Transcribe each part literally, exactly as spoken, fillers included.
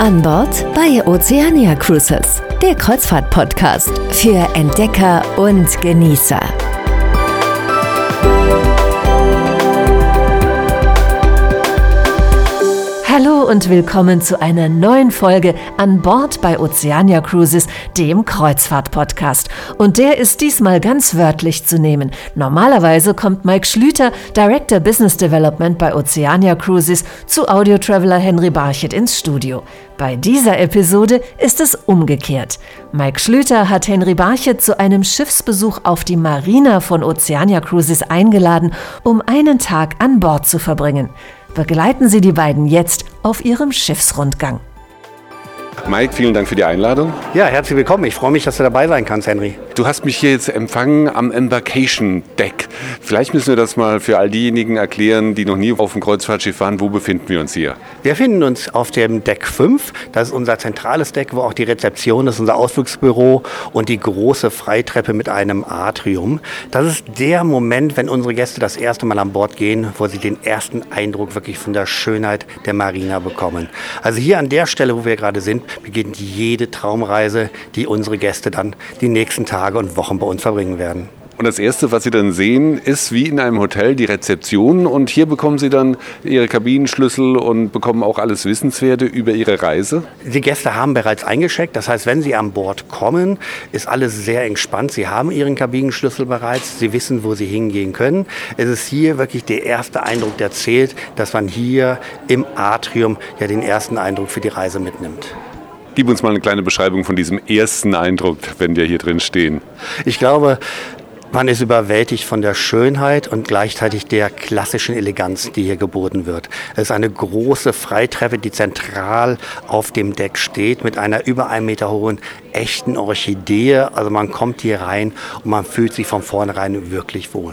An Bord bei Oceania Cruises, der Kreuzfahrt-Podcast für Entdecker und Genießer. Hallo und willkommen zu einer neuen Folge An Bord bei Oceania Cruises, dem Kreuzfahrt-Podcast. Und der ist diesmal ganz wörtlich zu nehmen. Normalerweise kommt Mike Schlüter, Director Business Development bei Oceania Cruises, zu Audio-Traveler Henry Barchet ins Studio. Bei dieser Episode ist es umgekehrt. Mike Schlüter hat Henry Barchet zu einem Schiffsbesuch auf die Marina von Oceania Cruises eingeladen, um einen Tag an Bord zu verbringen. Begleiten Sie die beiden jetzt auf ihrem Schiffsrundgang. Mike, vielen Dank für die Einladung. Ja, herzlich willkommen. Ich freue mich, dass du dabei sein kannst, Henry. Du hast mich hier jetzt empfangen am Embarkation Deck. Vielleicht müssen wir das mal für all diejenigen erklären, die noch nie auf dem Kreuzfahrtschiff waren. Wo befinden wir uns hier? Wir befinden uns auf dem Deck fünf. Das ist unser zentrales Deck, wo auch die Rezeption ist, unser Ausflugsbüro und die große Freitreppe mit einem Atrium. Das ist der Moment, wenn unsere Gäste das erste Mal an Bord gehen, wo sie den ersten Eindruck wirklich von der Schönheit der Marina bekommen. Also hier an der Stelle, wo wir gerade sind, beginnt jede Traumreise, die unsere Gäste dann die nächsten Tage und Wochen bei uns verbringen werden. Und das Erste, was Sie dann sehen, ist wie in einem Hotel die Rezeption. Und hier bekommen Sie dann Ihre Kabinenschlüssel und bekommen auch alles Wissenswerte über Ihre Reise. Die Gäste haben bereits eingecheckt. Das heißt, wenn sie an Bord kommen, ist alles sehr entspannt. Sie haben Ihren Kabinenschlüssel bereits. Sie wissen, wo Sie hingehen können. Es ist hier wirklich der erste Eindruck, der zählt, dass man hier im Atrium ja den ersten Eindruck für die Reise mitnimmt. Gib uns mal eine kleine Beschreibung von diesem ersten Eindruck, wenn wir hier drin stehen. Ich glaube, man ist überwältigt von der Schönheit und gleichzeitig der klassischen Eleganz, die hier geboten wird. Es ist eine große Freitreppe, die zentral auf dem Deck steht, mit einer über einen Meter hohen echten Orchidee. Also man kommt hier rein und man fühlt sich von vornherein wirklich wohl.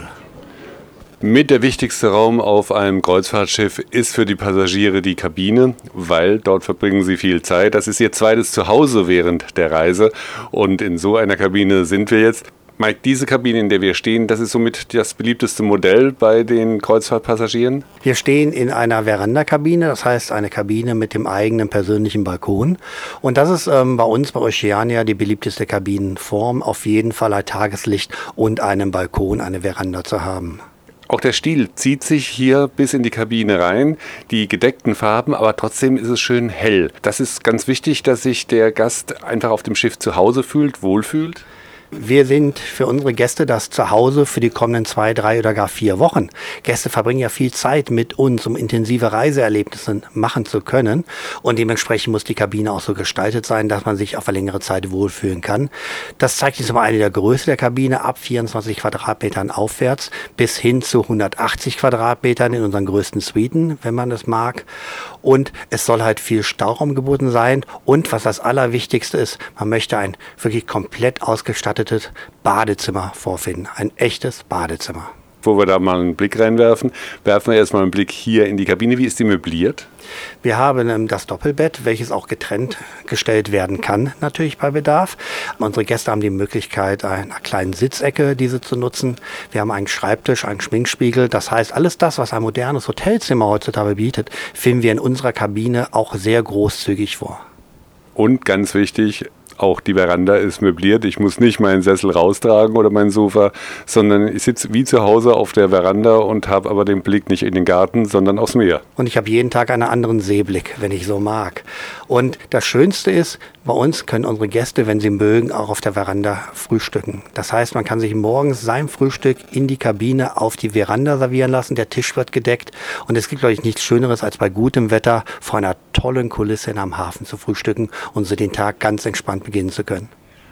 Mit der wichtigste Raum auf einem Kreuzfahrtschiff ist für die Passagiere die Kabine, weil dort verbringen sie viel Zeit. Das ist ihr zweites Zuhause während der Reise und in so einer Kabine sind wir jetzt. Mike, diese Kabine, in der wir stehen, das ist somit das beliebteste Modell bei den Kreuzfahrtpassagieren? Wir stehen in einer Verandakabine, das heißt eine Kabine mit dem eigenen persönlichen Balkon. Und das ist ähm, bei uns bei Oceania die beliebteste Kabinenform, auf jeden Fall ein Tageslicht und einen Balkon, eine Veranda zu haben. Auch der Stil zieht sich hier bis in die Kabine rein, die gedeckten Farben, aber trotzdem ist es schön hell. Das ist ganz wichtig, dass sich der Gast einfach auf dem Schiff zu Hause fühlt, wohlfühlt. Wir sind für unsere Gäste das Zuhause für die kommenden zwei, drei oder gar vier Wochen. Gäste verbringen ja viel Zeit mit uns, um intensive Reiseerlebnisse machen zu können. Und dementsprechend muss die Kabine auch so gestaltet sein, dass man sich auf eine längere Zeit wohlfühlen kann. Das zeigt sich zum einen der Größe der Kabine ab vierundzwanzig Quadratmetern aufwärts bis hin zu hundertachtzig Quadratmetern in unseren größten Suiten, wenn man das mag. Und es soll halt viel Stauraum geboten sein. Und was das Allerwichtigste ist, man möchte ein wirklich komplett ausgestattetes Badezimmer vorfinden. Ein echtes Badezimmer. Bevor wir da mal einen Blick reinwerfen, werfen wir erstmal einen Blick hier in die Kabine. Wie ist die möbliert? Wir haben ähm, das Doppelbett, welches auch getrennt gestellt werden kann, natürlich bei Bedarf. Unsere Gäste haben die Möglichkeit, einer kleinen Sitzecke diese zu nutzen. Wir haben einen Schreibtisch, einen Schminkspiegel. Das heißt, alles das, was ein modernes Hotelzimmer heutzutage bietet, finden wir in unserer Kabine auch sehr großzügig vor. Und ganz wichtig, auch die Veranda ist möbliert. Ich muss nicht meinen Sessel raustragen oder mein Sofa, sondern ich sitze wie zu Hause auf der Veranda und habe aber den Blick nicht in den Garten, sondern aufs Meer. Und ich habe jeden Tag einen anderen Seeblick, wenn ich so mag. Und das Schönste ist, bei uns können unsere Gäste, wenn sie mögen, auch auf der Veranda frühstücken. Das heißt, man kann sich morgens sein Frühstück in die Kabine auf die Veranda servieren lassen. Der Tisch wird gedeckt. Und es gibt, glaube ich, nichts Schöneres, als bei gutem Wetter vor einer tollen Kulisse in einem Hafen zu frühstücken und so den Tag ganz entspannt beginnen zu können.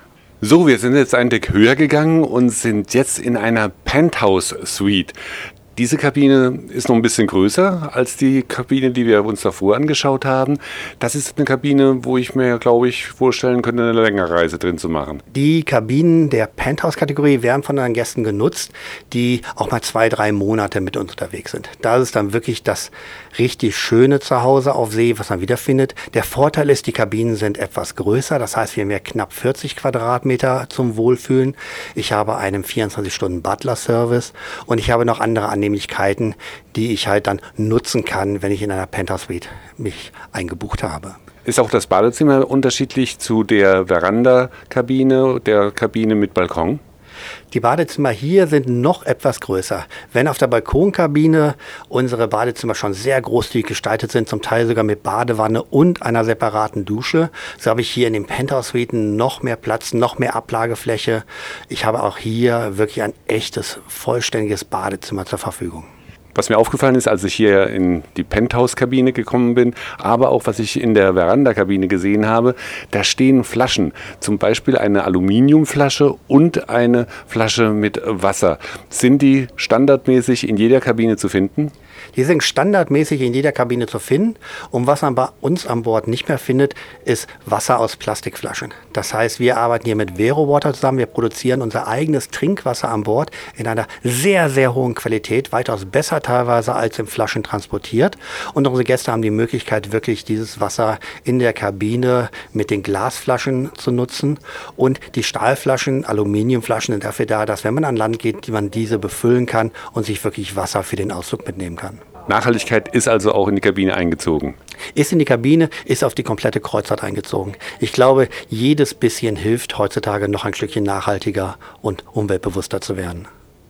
So, wir sind jetzt ein Deck höher gegangen und sind jetzt in einer Penthouse Suite. Diese Kabine ist noch ein bisschen größer als die Kabine, die wir uns davor angeschaut haben. Das ist eine Kabine, wo ich mir, glaube ich, vorstellen könnte, eine längere Reise drin zu machen. Die Kabinen der Penthouse-Kategorie werden von unseren Gästen genutzt, die auch mal zwei, drei Monate mit uns unterwegs sind. Da ist dann wirklich das richtig schöne Zuhause auf See, was man wiederfindet. Der Vorteil ist, die Kabinen sind etwas größer. Das heißt, wir haben ja knapp vierzig Quadratmeter zum Wohlfühlen. Ich habe einen vierundzwanzig Stunden Butler-Service und ich habe noch andere Annehmlichkeiten, die ich halt dann nutzen kann, wenn ich in einer Penthouse Suite mich eingebucht habe. Ist auch das Badezimmer unterschiedlich zu der Verandakabine, der Kabine mit Balkon? Die Badezimmer hier sind noch etwas größer. Wenn auf der Balkonkabine unsere Badezimmer schon sehr großzügig gestaltet sind, zum Teil sogar mit Badewanne und einer separaten Dusche, so habe ich hier in den Penthouse-Suiten noch mehr Platz, noch mehr Ablagefläche. Ich habe auch hier wirklich ein echtes, vollständiges Badezimmer zur Verfügung. Was mir aufgefallen ist, als ich hier in die Penthouse-Kabine gekommen bin, aber auch was ich in der Verandakabine gesehen habe, da stehen Flaschen. Zum Beispiel eine Aluminiumflasche und eine Flasche mit Wasser. Sind die standardmäßig in jeder Kabine zu finden? Die sind standardmäßig in jeder Kabine zu finden. Und was man bei uns an Bord nicht mehr findet, ist Wasser aus Plastikflaschen. Das heißt, wir arbeiten hier mit Vero Water zusammen. Wir produzieren unser eigenes Trinkwasser an Bord in einer sehr, sehr hohen Qualität, weitaus besser teilweise als in Flaschen transportiert. Und unsere Gäste haben die Möglichkeit, wirklich dieses Wasser in der Kabine mit den Glasflaschen zu nutzen. Und die Stahlflaschen, Aluminiumflaschen sind dafür da, dass wenn man an Land geht, man diese befüllen kann und sich wirklich Wasser für den Ausflug mitnehmen kann. Nachhaltigkeit ist also auch in die Kabine eingezogen. Ist in die Kabine, ist auf die komplette Kreuzfahrt eingezogen. Ich glaube, jedes bisschen hilft heutzutage noch ein Stückchen nachhaltiger und umweltbewusster zu werden.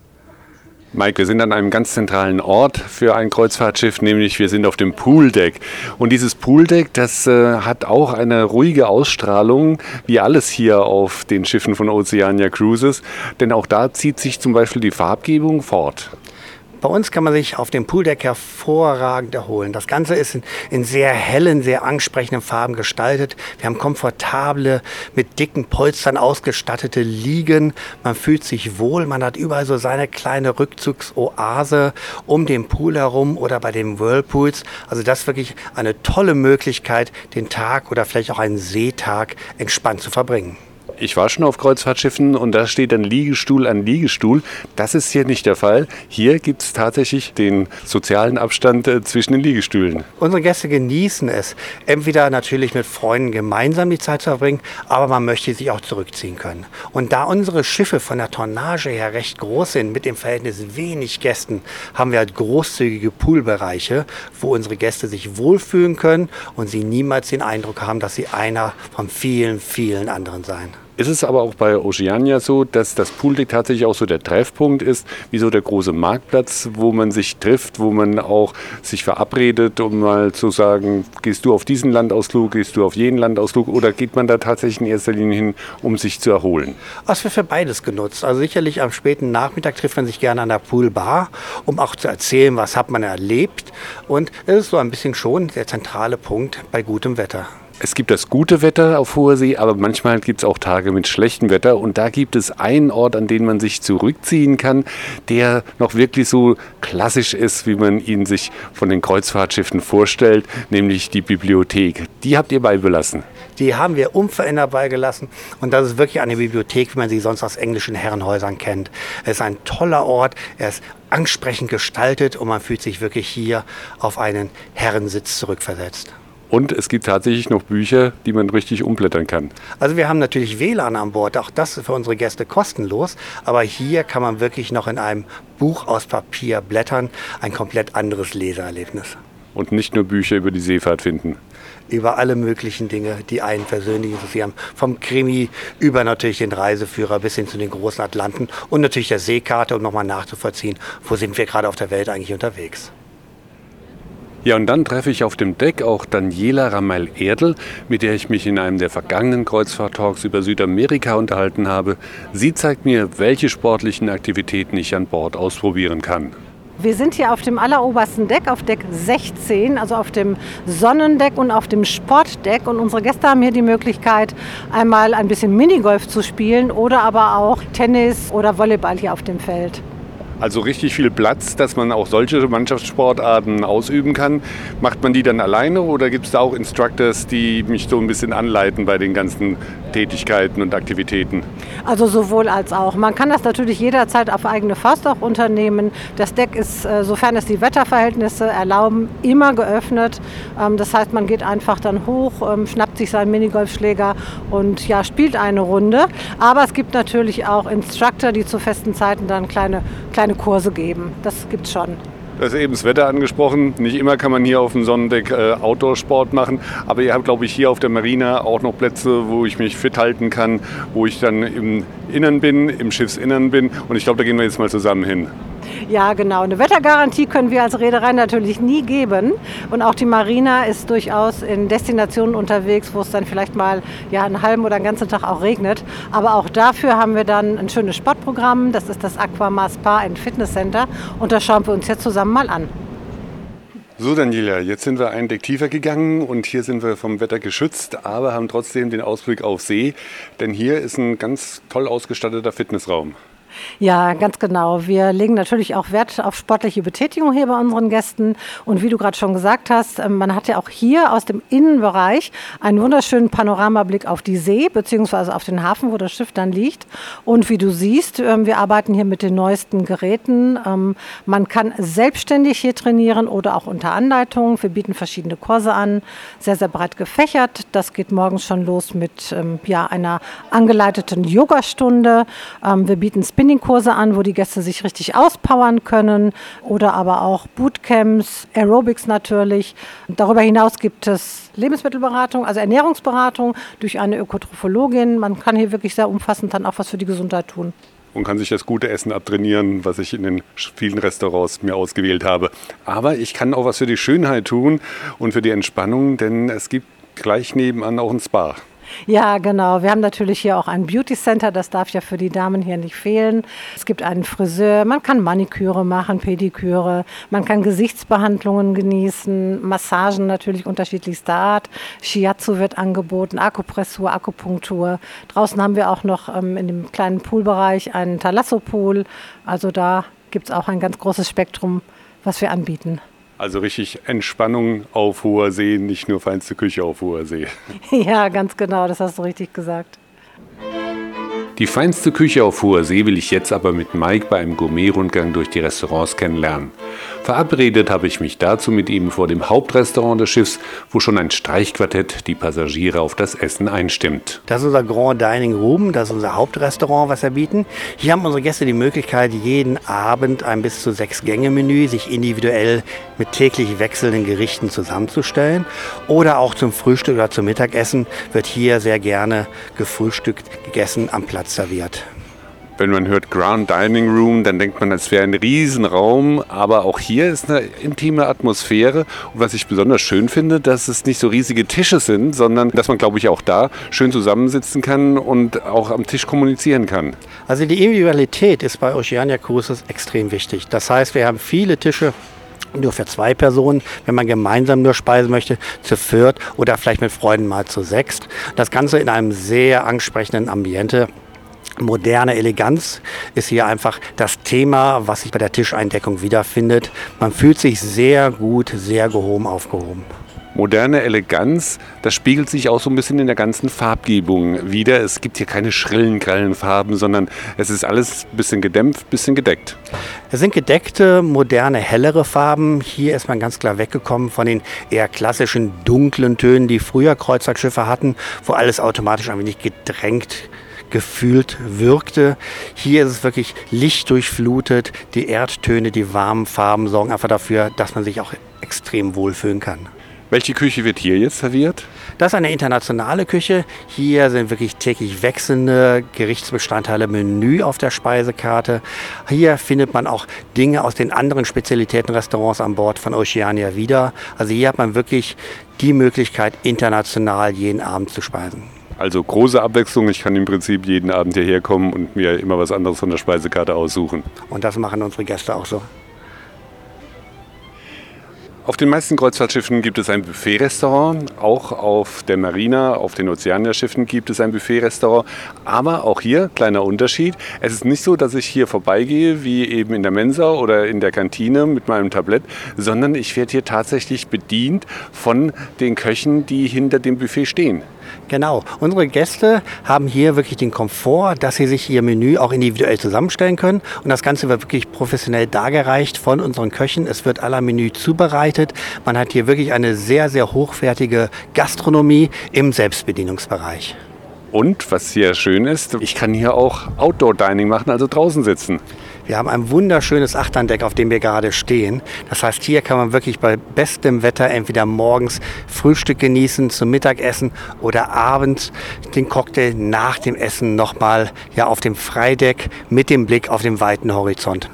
Mike, wir sind an einem ganz zentralen Ort für ein Kreuzfahrtschiff, nämlich wir sind auf dem Pooldeck. Und dieses Pooldeck, das äh, hat auch eine ruhige Ausstrahlung, wie alles hier auf den Schiffen von Oceania Cruises. Denn auch da zieht sich zum Beispiel die Farbgebung fort. Bei uns kann man sich auf dem Pooldeck hervorragend erholen. Das Ganze ist in, in sehr hellen, sehr ansprechenden Farben gestaltet. Wir haben komfortable, mit dicken Polstern ausgestattete Liegen. Man fühlt sich wohl, man hat überall so seine kleine Rückzugsoase um den Pool herum oder bei den Whirlpools. Also das ist wirklich eine tolle Möglichkeit, den Tag oder vielleicht auch einen Seetag entspannt zu verbringen. Ich war schon auf Kreuzfahrtschiffen und da steht dann Liegestuhl an Liegestuhl. Das ist hier nicht der Fall. Hier gibt es tatsächlich den sozialen Abstand äh, zwischen den Liegestühlen. Unsere Gäste genießen es, entweder natürlich mit Freunden gemeinsam die Zeit zu verbringen, aber man möchte sich auch zurückziehen können. Und da unsere Schiffe von der Tonnage her recht groß sind, mit dem Verhältnis wenig Gästen, haben wir halt großzügige Poolbereiche, wo unsere Gäste sich wohlfühlen können und sie niemals den Eindruck haben, dass sie einer von vielen, vielen anderen seien. Ist es aber auch bei Oceania so, dass das Pooldeck tatsächlich auch so der Treffpunkt ist, wie so der große Marktplatz, wo man sich trifft, wo man auch sich verabredet, um mal zu sagen, gehst du auf diesen Landausflug, gehst du auf jenen Landausflug oder geht man da tatsächlich in erster Linie hin, um sich zu erholen? Es wird für beides genutzt. Also sicherlich am späten Nachmittag trifft man sich gerne an der Poolbar, um auch zu erzählen, was hat man erlebt. Und es ist so ein bisschen schon der zentrale Punkt bei gutem Wetter. Es gibt das gute Wetter auf hoher See, aber manchmal gibt es auch Tage mit schlechtem Wetter. Und da gibt es einen Ort, an den man sich zurückziehen kann, der noch wirklich so klassisch ist, wie man ihn sich von den Kreuzfahrtschiffen vorstellt, nämlich die Bibliothek. Die habt ihr beibelassen. Die haben wir unverändert beigelassen. Und das ist wirklich eine Bibliothek, wie man sie sonst aus englischen Herrenhäusern kennt. Es ist ein toller Ort, er ist ansprechend gestaltet und man fühlt sich wirklich hier auf einen Herrensitz zurückversetzt. Und es gibt tatsächlich noch Bücher, die man richtig umblättern kann. Also wir haben natürlich W L A N an Bord, auch das ist für unsere Gäste kostenlos. Aber hier kann man wirklich noch in einem Buch aus Papier blättern, ein komplett anderes Leseerlebnis. Und nicht nur Bücher über die Seefahrt finden. Über alle möglichen Dinge, die einen persönlich interessieren. Vom Krimi über natürlich den Reiseführer bis hin zu den großen Atlanten und natürlich der Seekarte, um nochmal nachzuvollziehen, wo sind wir gerade auf der Welt eigentlich unterwegs. Ja, und dann treffe ich auf dem Deck auch Daniela Ramail-Erdl, mit der ich mich in einem der vergangenen Kreuzfahrt-Talks über Südamerika unterhalten habe. Sie zeigt mir, welche sportlichen Aktivitäten ich an Bord ausprobieren kann. Wir sind hier auf dem allerobersten Deck, auf Deck sechzehn, also auf dem Sonnendeck und auf dem Sportdeck. Und unsere Gäste haben hier die Möglichkeit, einmal ein bisschen Minigolf zu spielen oder aber auch Tennis oder Volleyball hier auf dem Feld. Also richtig viel Platz, dass man auch solche Mannschaftssportarten ausüben kann. Macht man die dann alleine oder gibt es da auch Instructors, die mich so ein bisschen anleiten bei den ganzen Tätigkeiten und Aktivitäten? Also sowohl als auch. Man kann das natürlich jederzeit auf eigene Faust auch unternehmen. Das Deck ist, sofern es die Wetterverhältnisse erlauben, immer geöffnet. Das heißt, man geht einfach dann hoch, schnappt sich seinen Minigolfschläger und ja, spielt eine Runde. Aber es gibt natürlich auch Instructor, die zu festen Zeiten dann kleine, kleine Kurse geben. Das gibt's schon. Du hast eben das Wetter angesprochen. Nicht immer kann man hier auf dem Sonnendeck äh, Outdoor-Sport machen. Aber ihr habt, glaube ich, hier auf der Marina auch noch Plätze, wo ich mich fit halten kann, wo ich dann im Innern bin, im Schiffsinnern bin. Und ich glaube, da gehen wir jetzt mal zusammen hin. Ja, genau. Eine Wettergarantie können wir als Reederei natürlich nie geben. Und auch die Marina ist durchaus in Destinationen unterwegs, wo es dann vielleicht mal ja, einen halben oder einen ganzen Tag auch regnet. Aber auch dafür haben wir dann ein schönes Sportprogramm. Das ist das Aquamar Spa and Fitness Center. Und das schauen wir uns jetzt zusammen mal an. So, Daniela, jetzt sind wir ein Deck tiefer gegangen und hier sind wir vom Wetter geschützt, aber haben trotzdem den Ausblick auf See. Denn hier ist ein ganz toll ausgestatteter Fitnessraum. Ja, ganz genau. Wir legen natürlich auch Wert auf sportliche Betätigung hier bei unseren Gästen. Und wie du gerade schon gesagt hast, man hat ja auch hier aus dem Innenbereich einen wunderschönen Panoramablick auf die See beziehungsweise auf den Hafen, wo das Schiff dann liegt. Und wie du siehst, wir arbeiten hier mit den neuesten Geräten. Man kann selbstständig hier trainieren oder auch unter Anleitung. Wir bieten verschiedene Kurse an, sehr, sehr breit gefächert. Das geht morgens schon los mit ja, einer angeleiteten Yogastunde. Wir bieten Spin Kurse an, wo die Gäste sich richtig auspowern können oder aber auch Bootcamps, Aerobics natürlich. Darüber hinaus gibt es Lebensmittelberatung, also Ernährungsberatung durch eine Ökotrophologin. Man kann hier wirklich sehr umfassend dann auch was für die Gesundheit tun. Und kann sich das gute Essen abtrainieren, was ich in den vielen Restaurants mir ausgewählt habe. Aber ich kann auch was für die Schönheit tun und für die Entspannung, denn es gibt gleich nebenan auch ein Spa. Ja, genau. Wir haben natürlich hier auch ein Beauty Center, das darf ja für die Damen hier nicht fehlen. Es gibt einen Friseur, man kann Maniküre machen, Pediküre, man kann Gesichtsbehandlungen genießen, Massagen natürlich unterschiedlichster Art, Shiatsu wird angeboten, Akupressur, Akupunktur. Draußen haben wir auch noch ähm, in dem kleinen Poolbereich einen Thalasso-Pool. Also da gibt es auch ein ganz großes Spektrum, was wir anbieten. Also richtig Entspannung auf hoher See, nicht nur feinste Küche auf hoher See. Ja, ganz genau, das hast du richtig gesagt. Die feinste Küche auf hoher See will ich jetzt aber mit Mike bei einem Gourmet-Rundgang durch die Restaurants kennenlernen. Verabredet habe ich mich dazu mit ihm vor dem Hauptrestaurant des Schiffs, wo schon ein Streichquartett die Passagiere auf das Essen einstimmt. Das ist unser Grand Dining Room, das ist unser Hauptrestaurant, was wir bieten. Hier haben unsere Gäste die Möglichkeit, jeden Abend ein bis zu sechs Gänge-Menü sich individuell mit täglich wechselnden Gerichten zusammenzustellen. Oder auch zum Frühstück oder zum Mittagessen wird hier sehr gerne gefrühstückt, gegessen, am Platz serviert. Wenn man hört Grand Dining Room, dann denkt man, es wäre ein Riesenraum, aber auch hier ist eine intime Atmosphäre. Und was ich besonders schön finde, dass es nicht so riesige Tische sind, sondern dass man, glaube ich, auch da schön zusammensitzen kann und auch am Tisch kommunizieren kann. Also die Individualität ist bei Oceania Cruises extrem wichtig. Das heißt, wir haben viele Tische nur für zwei Personen, wenn man gemeinsam nur speisen möchte, zu viert oder vielleicht mit Freunden mal zu sechst. Das Ganze in einem sehr ansprechenden Ambiente. Moderne Eleganz ist hier einfach das Thema, was sich bei der Tischeindeckung wiederfindet. Man fühlt sich sehr gut, sehr gehoben aufgehoben. Moderne Eleganz, das spiegelt sich auch so ein bisschen in der ganzen Farbgebung wider. Es gibt hier keine schrillen, grellen Farben, sondern es ist alles ein bisschen gedämpft, ein bisschen gedeckt. Es sind gedeckte, moderne, hellere Farben. Hier ist man ganz klar weggekommen von den eher klassischen dunklen Tönen, die früher Kreuzfahrtschiffe hatten, wo alles automatisch ein wenig gedrängt gefühlt wirkte. Hier ist es wirklich lichtdurchflutet. Die Erdtöne, die warmen Farben sorgen einfach dafür, dass man sich auch extrem wohlfühlen kann. Welche Küche wird hier jetzt serviert? Das ist eine internationale Küche. Hier sind wirklich täglich wechselnde Gerichtsbestandteile, Menü auf der Speisekarte. Hier findet man auch Dinge aus den anderen Spezialitätenrestaurants an Bord von Oceania wieder. Also hier hat man wirklich die Möglichkeit, international jeden Abend zu speisen. Also große Abwechslung. Ich kann im Prinzip jeden Abend hierher kommen und mir immer was anderes von der Speisekarte aussuchen. Und das machen unsere Gäste auch so. Auf den meisten Kreuzfahrtschiffen gibt es ein Buffet-Restaurant. Auch auf der Marina, auf den Oceania-Schiffen gibt es ein Buffet-Restaurant. Aber auch hier, kleiner Unterschied. Es ist nicht so, dass ich hier vorbeigehe, wie eben in der Mensa oder in der Kantine mit meinem Tablett, sondern ich werde hier tatsächlich bedient von den Köchen, die hinter dem Buffet stehen. Genau. Unsere Gäste haben hier wirklich den Komfort, dass sie sich ihr Menü auch individuell zusammenstellen können. Und das Ganze wird wirklich professionell dargereicht von unseren Köchen. Es wird à la Menü zubereitet. Man hat hier wirklich eine sehr, sehr hochwertige Gastronomie im Selbstbedienungsbereich. Und was hier schön ist, ich kann hier auch Outdoor-Dining machen, also draußen sitzen. Wir haben ein wunderschönes Achterndeck, auf dem wir gerade stehen. Das heißt, hier kann man wirklich bei bestem Wetter entweder morgens Frühstück genießen, zum Mittagessen oder abends den Cocktail nach dem Essen nochmal ja, auf dem Freideck mit dem Blick auf den weiten Horizont.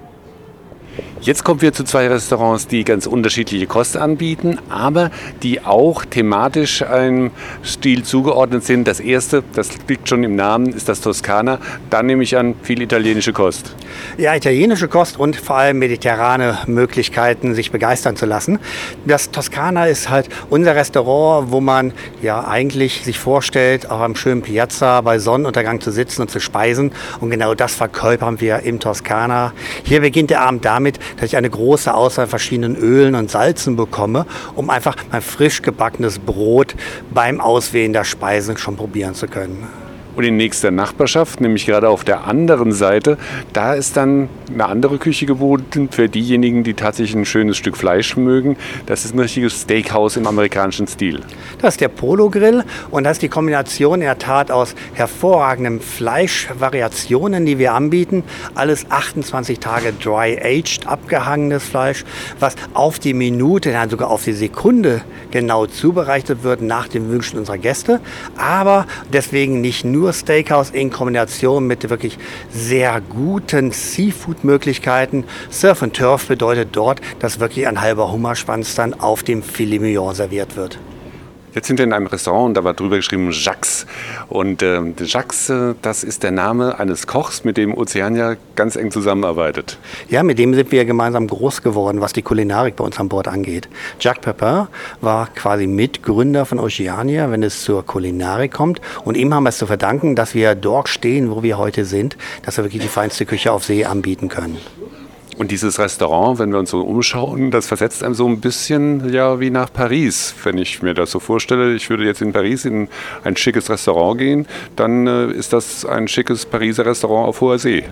Jetzt kommen wir zu zwei Restaurants, die ganz unterschiedliche Kost anbieten, aber die auch thematisch einem Stil zugeordnet sind. Das erste, das liegt schon im Namen, ist das Toskana. Da nehme ich an, viel italienische Kost. Ja, italienische Kost und vor allem mediterrane Möglichkeiten, sich begeistern zu lassen. Das Toskana ist halt unser Restaurant, wo man ja eigentlich sich vorstellt, auf einem schönen Piazza bei Sonnenuntergang zu sitzen und zu speisen. Und genau das verkörpern wir im Toskana. Hier beginnt der Abend damit, dass ich eine große Auswahl an verschiedenen Ölen und Salzen bekomme, um einfach mein frisch gebackenes Brot beim Auswählen der Speisen schon probieren zu können. Und in nächster Nachbarschaft, nämlich gerade auf der anderen Seite, da ist dann eine andere Küche geboten für diejenigen, die tatsächlich ein schönes Stück Fleisch mögen. Das ist ein richtiges Steakhouse im amerikanischen Stil. Das ist der Polo Grill und das ist die Kombination in der Tat aus hervorragenden Fleischvariationen, die wir anbieten. Alles achtundzwanzig Tage dry-aged, abgehangenes Fleisch, was auf die Minute, ja sogar auf die Sekunde genau zubereitet wird nach den Wünschen unserer Gäste. Aber deswegen nicht nur Steakhouse in Kombination mit wirklich sehr guten Seafood-Möglichkeiten. Surf and Turf bedeutet dort, dass wirklich ein halber Hummerschwanz dann auf dem Filet Mignon serviert wird. Jetzt sind wir in einem Restaurant und da war drüber geschrieben Jacques. Und äh, Jacques, äh, das ist der Name eines Kochs, mit dem Oceania ganz eng zusammenarbeitet. Ja, mit dem sind wir gemeinsam groß geworden, was die Kulinarik bei uns an Bord angeht. Jacques Pepin war quasi Mitgründer von Oceania, wenn es zur Kulinarik kommt. Und ihm haben wir es zu verdanken, dass wir dort stehen, wo wir heute sind, dass wir wirklich die feinste Küche auf See anbieten können. Und dieses Restaurant, wenn wir uns so umschauen, das versetzt einem so ein bisschen ja, wie nach Paris. Wenn ich mir das so vorstelle, ich würde jetzt in Paris in ein schickes Restaurant gehen, dann äh, ist das ein schickes Pariser Restaurant auf hoher See.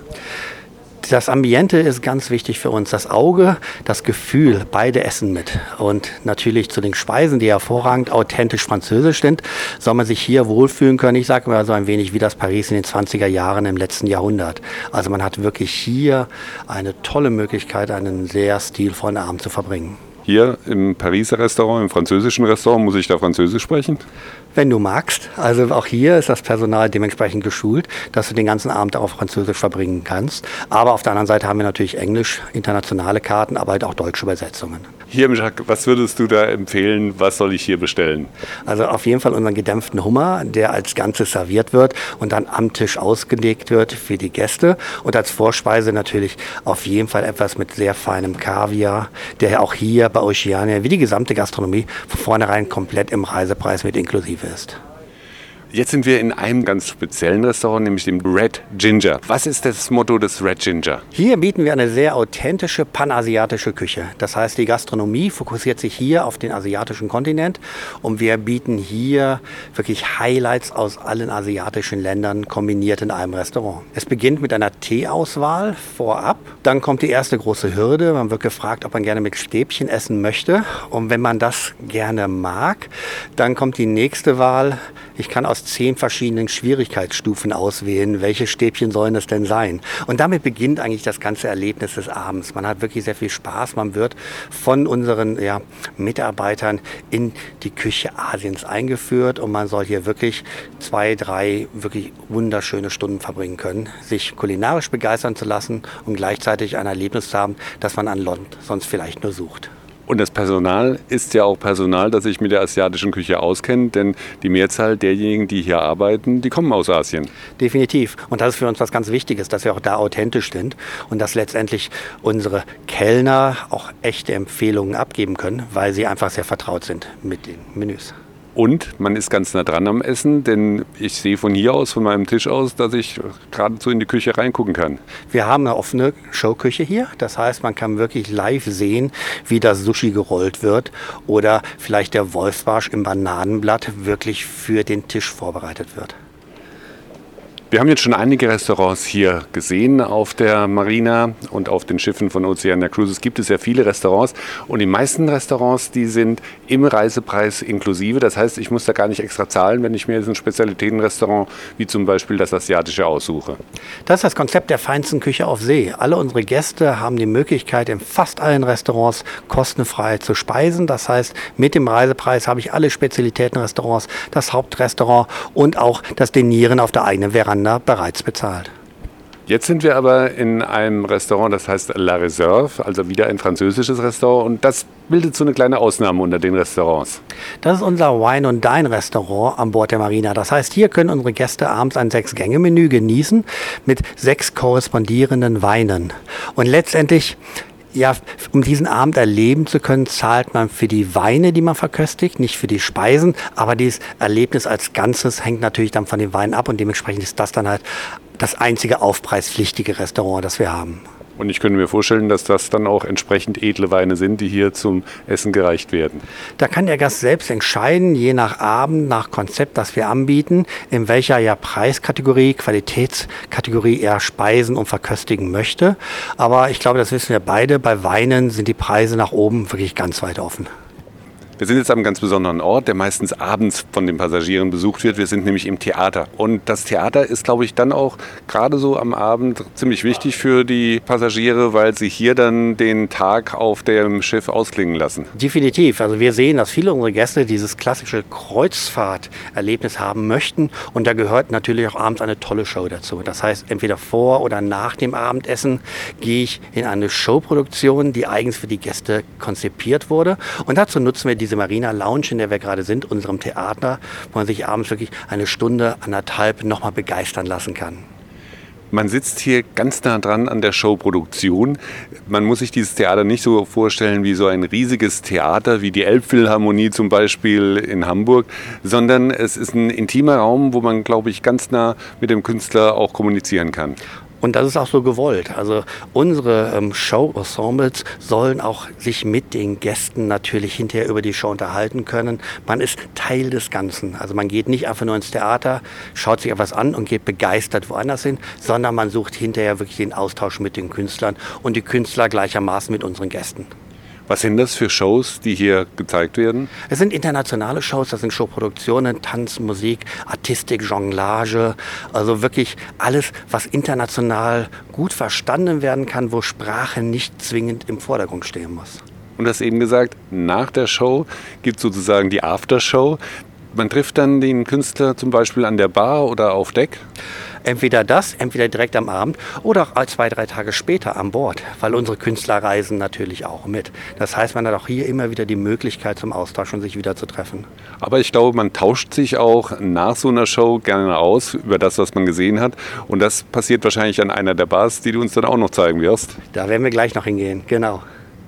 Das Ambiente ist ganz wichtig für uns. Das Auge, das Gefühl, beide essen mit. Und natürlich zu den Speisen, die hervorragend authentisch französisch sind, soll man sich hier wohlfühlen können. Ich sage mal so ein wenig wie das Paris in den zwanziger Jahren im letzten Jahrhundert. Also man hat wirklich hier eine tolle Möglichkeit, einen sehr stilvollen Abend zu verbringen. Hier im Pariser Restaurant, im französischen Restaurant, muss ich da Französisch sprechen? Wenn du magst. Also auch hier ist das Personal dementsprechend geschult, dass du den ganzen Abend auf Französisch verbringen kannst. Aber auf der anderen Seite haben wir natürlich Englisch, internationale Karten, aber halt auch deutsche Übersetzungen. Hier, Jacques, was würdest du da empfehlen? Was soll ich hier bestellen? Also auf jeden Fall unseren gedämpften Hummer, der als Ganzes serviert wird und dann am Tisch ausgelegt wird für die Gäste. Und als Vorspeise natürlich auf jeden Fall etwas mit sehr feinem Kaviar, der auch hier bei Oceania, wie die gesamte Gastronomie, von vornherein komplett im Reisepreis mit inklusive ist. Jetzt sind wir in einem ganz speziellen Restaurant, nämlich dem Red Ginger. Was ist das Motto des Red Ginger? Hier bieten wir eine sehr authentische panasiatische Küche. Das heißt, die Gastronomie fokussiert sich hier auf den asiatischen Kontinent und wir bieten hier wirklich Highlights aus allen asiatischen Ländern kombiniert in einem Restaurant. Es beginnt mit einer Teeauswahl vorab. Dann kommt die erste große Hürde. Man wird gefragt, ob man gerne mit Stäbchen essen möchte. Und wenn man das gerne mag, dann kommt die nächste Wahl. Ich kann aus zehn verschiedenen Schwierigkeitsstufen auswählen, welche Stäbchen sollen es denn sein. Und damit beginnt eigentlich das ganze Erlebnis des Abends. Man hat wirklich sehr viel Spaß. Man wird von unseren ja, Mitarbeitern in die Küche Asiens eingeführt und man soll hier wirklich zwei, drei wirklich wunderschöne Stunden verbringen können, sich kulinarisch begeistern zu lassen und gleichzeitig ein Erlebnis zu haben, das man an Land sonst vielleicht nur sucht. Und das Personal ist ja auch Personal, das sich mit der asiatischen Küche auskennt, denn die Mehrzahl derjenigen, die hier arbeiten, die kommen aus Asien. Definitiv. Und das ist für uns was ganz Wichtiges, dass wir auch da authentisch sind und dass letztendlich unsere Kellner auch echte Empfehlungen abgeben können, weil sie einfach sehr vertraut sind mit den Menüs. Und man ist ganz nah dran am Essen, denn ich sehe von hier aus, von meinem Tisch aus, dass ich geradezu in die Küche reingucken kann. Wir haben eine offene Showküche hier. Das heißt, man kann wirklich live sehen, wie das Sushi gerollt wird oder vielleicht der Wolfsbarsch im Bananenblatt wirklich für den Tisch vorbereitet wird. Wir haben jetzt schon einige Restaurants hier gesehen auf der Marina und auf den Schiffen von Oceania Cruises gibt es ja viele Restaurants und die meisten Restaurants, die sind im Reisepreis inklusive. Das heißt, ich muss da gar nicht extra zahlen, wenn ich mir jetzt ein Spezialitätenrestaurant wie zum Beispiel das asiatische aussuche. Das ist das Konzept der feinsten Küche auf See. Alle unsere Gäste haben die Möglichkeit, in fast allen Restaurants kostenfrei zu speisen. Das heißt, mit dem Reisepreis habe ich alle Spezialitätenrestaurants, das Hauptrestaurant und auch das Dinieren auf der eigenen Veranda bereits bezahlt. Jetzt sind wir aber in einem Restaurant, das heißt La Réserve, also wieder ein französisches Restaurant und das bildet so eine kleine Ausnahme unter den Restaurants. Das ist unser Wine and Dine Restaurant an Bord der Marina. Das heißt, hier können unsere Gäste abends ein Sechs-Gänge-Menü genießen mit sechs korrespondierenden Weinen. Und letztendlich, ja, um diesen Abend erleben zu können, zahlt man für die Weine, die man verköstigt, nicht für die Speisen. Aber dieses Erlebnis als Ganzes hängt natürlich dann von den Weinen ab und dementsprechend ist das dann halt das einzige aufpreispflichtige Restaurant, das wir haben. Und ich könnte mir vorstellen, dass das dann auch entsprechend edle Weine sind, die hier zum Essen gereicht werden. Da kann der Gast selbst entscheiden, je nach Abend, nach Konzept, das wir anbieten, in welcher ja Preiskategorie, Qualitätskategorie er speisen und verköstigen möchte. Aber ich glaube, das wissen wir beide, bei Weinen sind die Preise nach oben wirklich ganz weit offen. Wir sind jetzt am ganz besonderen Ort, der meistens abends von den Passagieren besucht wird. Wir sind nämlich im Theater. Und das Theater ist, glaube ich, dann auch gerade so am Abend ziemlich wichtig für die Passagiere, weil sie hier dann den Tag auf dem Schiff ausklingen lassen. Definitiv. Also wir sehen, dass viele unserer Gäste dieses klassische Kreuzfahrterlebnis haben möchten. Und da gehört natürlich auch abends eine tolle Show dazu. Das heißt, entweder vor oder nach dem Abendessen gehe ich in eine Showproduktion, die eigens für die Gäste konzipiert wurde. Und dazu nutzen wir die diese Marina Lounge, in der wir gerade sind, unserem Theater, wo man sich abends wirklich eine Stunde, anderthalb nochmal begeistern lassen kann. Man sitzt hier ganz nah dran an der Showproduktion. Man muss sich dieses Theater nicht so vorstellen wie so ein riesiges Theater, wie die Elbphilharmonie zum Beispiel in Hamburg, sondern es ist ein intimer Raum, wo man, glaube ich, ganz nah mit dem Künstler auch kommunizieren kann. Und das ist auch so gewollt. Also unsere ähm, Show-Ensembles sollen auch sich mit den Gästen natürlich hinterher über die Show unterhalten können. Man ist Teil des Ganzen. Also man geht nicht einfach nur ins Theater, schaut sich etwas an und geht begeistert woanders hin, sondern man sucht hinterher wirklich den Austausch mit den Künstlern und die Künstler gleichermaßen mit unseren Gästen. Was sind das für Shows, die hier gezeigt werden? Es sind internationale Shows, das sind Showproduktionen, Tanz, Musik, Artistik, Jonglage, also wirklich alles, was international gut verstanden werden kann, wo Sprache nicht zwingend im Vordergrund stehen muss. Und du hast eben gesagt, nach der Show gibt es sozusagen die Aftershow. Man trifft dann den Künstler zum Beispiel an der Bar oder auf Deck? Entweder das, entweder direkt am Abend oder auch zwei, drei Tage später an Bord, weil unsere Künstler reisen natürlich auch mit. Das heißt, man hat auch hier immer wieder die Möglichkeit zum Austausch und sich wieder zu treffen. Aber ich glaube, man tauscht sich auch nach so einer Show gerne aus über das, was man gesehen hat. Und das passiert wahrscheinlich an einer der Bars, die du uns dann auch noch zeigen wirst. Da werden wir gleich noch hingehen, genau.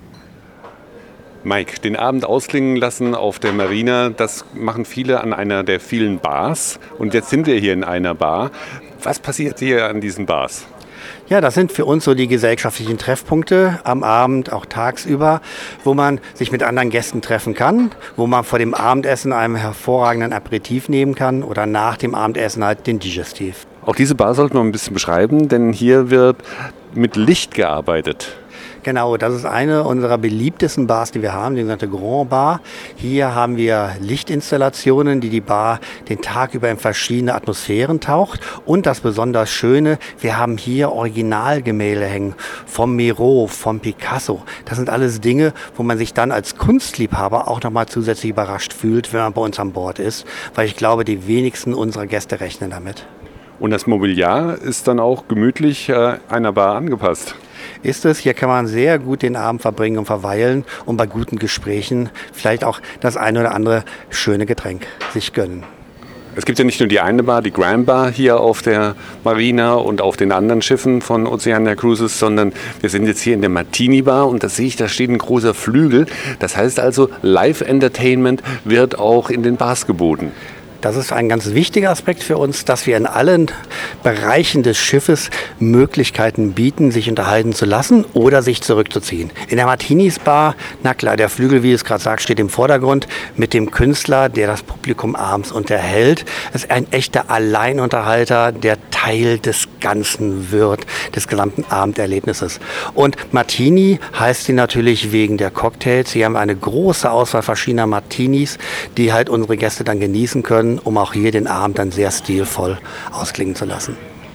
Mike, den Abend ausklingen lassen auf der Marina, das machen viele an einer der vielen Bars. Und jetzt sind wir hier in einer Bar. Was passiert hier an diesen Bars? Ja, das sind für uns so die gesellschaftlichen Treffpunkte am Abend, auch tagsüber, wo man sich mit anderen Gästen treffen kann, wo man vor dem Abendessen einen hervorragenden Aperitif nehmen kann oder nach dem Abendessen halt den Digestiv. Auch diese Bar sollten wir ein bisschen beschreiben, denn hier wird mit Licht gearbeitet. Genau, das ist eine unserer beliebtesten Bars, die wir haben, die sogenannte Grand Bar. Hier haben wir Lichtinstallationen, die die Bar den Tag über in verschiedene Atmosphären taucht. Und das besonders Schöne, wir haben hier Originalgemälde hängen vom Miro, vom Picasso. Das sind alles Dinge, wo man sich dann als Kunstliebhaber auch nochmal zusätzlich überrascht fühlt, wenn man bei uns an Bord ist. Weil ich glaube, die wenigsten unserer Gäste rechnen damit. Und das Mobiliar ist dann auch gemütlich äh, einer Bar angepasst. Ist es. Hier kann man sehr gut den Abend verbringen und verweilen und bei guten Gesprächen vielleicht auch das eine oder andere schöne Getränk sich gönnen. Es gibt ja nicht nur die eine Bar, die Grand Bar hier auf der Marina und auf den anderen Schiffen von Oceania Cruises, sondern wir sind jetzt hier in der Martini Bar und da sehe ich, da steht ein großer Flügel. Das heißt also, Live-Entertainment wird auch in den Bars geboten. Das ist ein ganz wichtiger Aspekt für uns, dass wir in allen Bereichen des Schiffes Möglichkeiten bieten, sich unterhalten zu lassen oder sich zurückzuziehen. In der Martinis Bar, na klar, der Flügel, wie es gerade sagt, steht im Vordergrund mit dem Künstler, der das Publikum abends unterhält. Es ist ein echter Alleinunterhalter, der Teil des Ganzen wird, des gesamten Abenderlebnisses. Und Martini heißt sie natürlich wegen der Cocktails. Sie haben eine große Auswahl verschiedener Martinis, die halt unsere Gäste dann genießen können, um auch hier den Abend dann sehr stilvoll ausklingen zu lassen.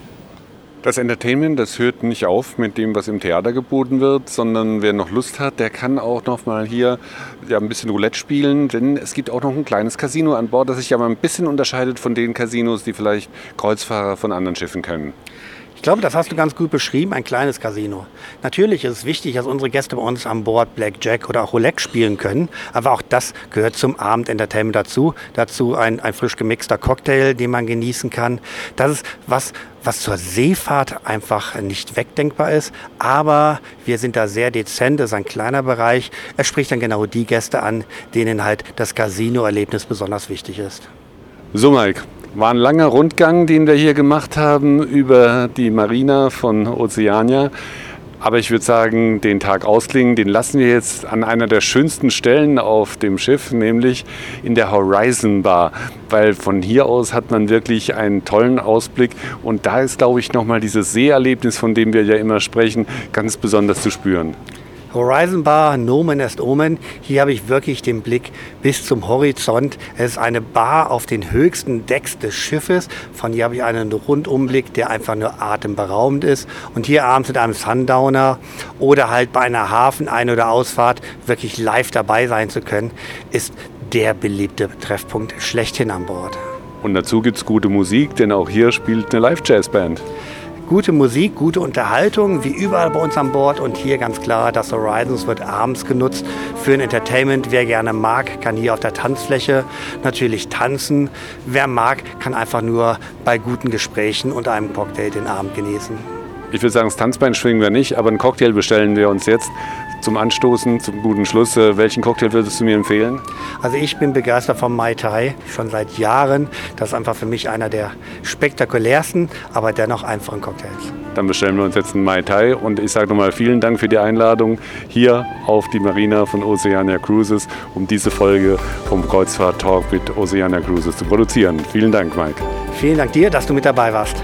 Das Entertainment, das hört nicht auf mit dem, was im Theater geboten wird, sondern wer noch Lust hat, der kann auch noch mal hier ja, ein bisschen Roulette spielen, denn es gibt auch noch ein kleines Casino an Bord, das sich ja mal ein bisschen unterscheidet von den Casinos, die vielleicht Kreuzfahrer von anderen Schiffen kennen. Ich glaube, das hast du ganz gut beschrieben, ein kleines Casino. Natürlich ist es wichtig, dass unsere Gäste bei uns an Bord Blackjack oder auch Roulette spielen können, aber auch das gehört zum Abendentertainment dazu. Dazu ein, ein frisch gemixter Cocktail, den man genießen kann. Das ist was, was zur Seefahrt einfach nicht wegdenkbar ist, aber wir sind da sehr dezent, das ist ein kleiner Bereich. Es spricht dann genau die Gäste an, denen halt das Casino-Erlebnis besonders wichtig ist. So, Mike. War ein langer Rundgang, den wir hier gemacht haben über die Marina von Oceania. Aber ich würde sagen, den Tag ausklingen, den lassen wir jetzt an einer der schönsten Stellen auf dem Schiff, nämlich in der Horizon Bar. Weil von hier aus hat man wirklich einen tollen Ausblick. Und da ist, glaube ich, nochmal dieses Seeerlebnis, von dem wir ja immer sprechen, ganz besonders zu spüren. Horizon Bar, Nomen est Omen. Hier habe ich wirklich den Blick bis zum Horizont. Es ist eine Bar auf den höchsten Decks des Schiffes. Von hier habe ich einen Rundumblick, der einfach nur atemberaubend ist. Und hier abends mit einem Sundowner oder halt bei einer Hafen-Ein- oder Ausfahrt wirklich live dabei sein zu können, ist der beliebte Treffpunkt schlechthin an Bord. Und dazu gibt es gute Musik, denn auch hier spielt eine Live-Jazz-Band. Gute Musik, gute Unterhaltung, wie überall bei uns an Bord. Und hier ganz klar, das Horizons wird abends genutzt für ein Entertainment. Wer gerne mag, kann hier auf der Tanzfläche natürlich tanzen. Wer mag, kann einfach nur bei guten Gesprächen und einem Cocktail den Abend genießen. Ich würde sagen, das Tanzbein schwingen wir nicht, aber einen Cocktail bestellen wir uns jetzt zum Anstoßen, zum guten Schluss. Welchen Cocktail würdest du mir empfehlen? Also ich bin begeistert vom Mai Tai, schon seit Jahren. Das ist einfach für mich einer der spektakulärsten, aber dennoch einfachen Cocktails. Dann bestellen wir uns jetzt einen Mai Tai und ich sage nochmal vielen Dank für die Einladung hier auf die Marina von Oceania Cruises, um diese Folge vom Kreuzfahrt Talk mit Oceania Cruises zu produzieren. Vielen Dank, Mike. Vielen Dank dir, dass du mit dabei warst.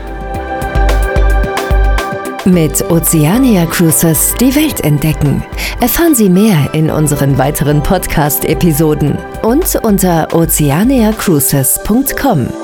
Mit Oceania Cruises die Welt entdecken. Erfahren Sie mehr in unseren weiteren Podcast-Episoden und unter oceania cruises punkt com.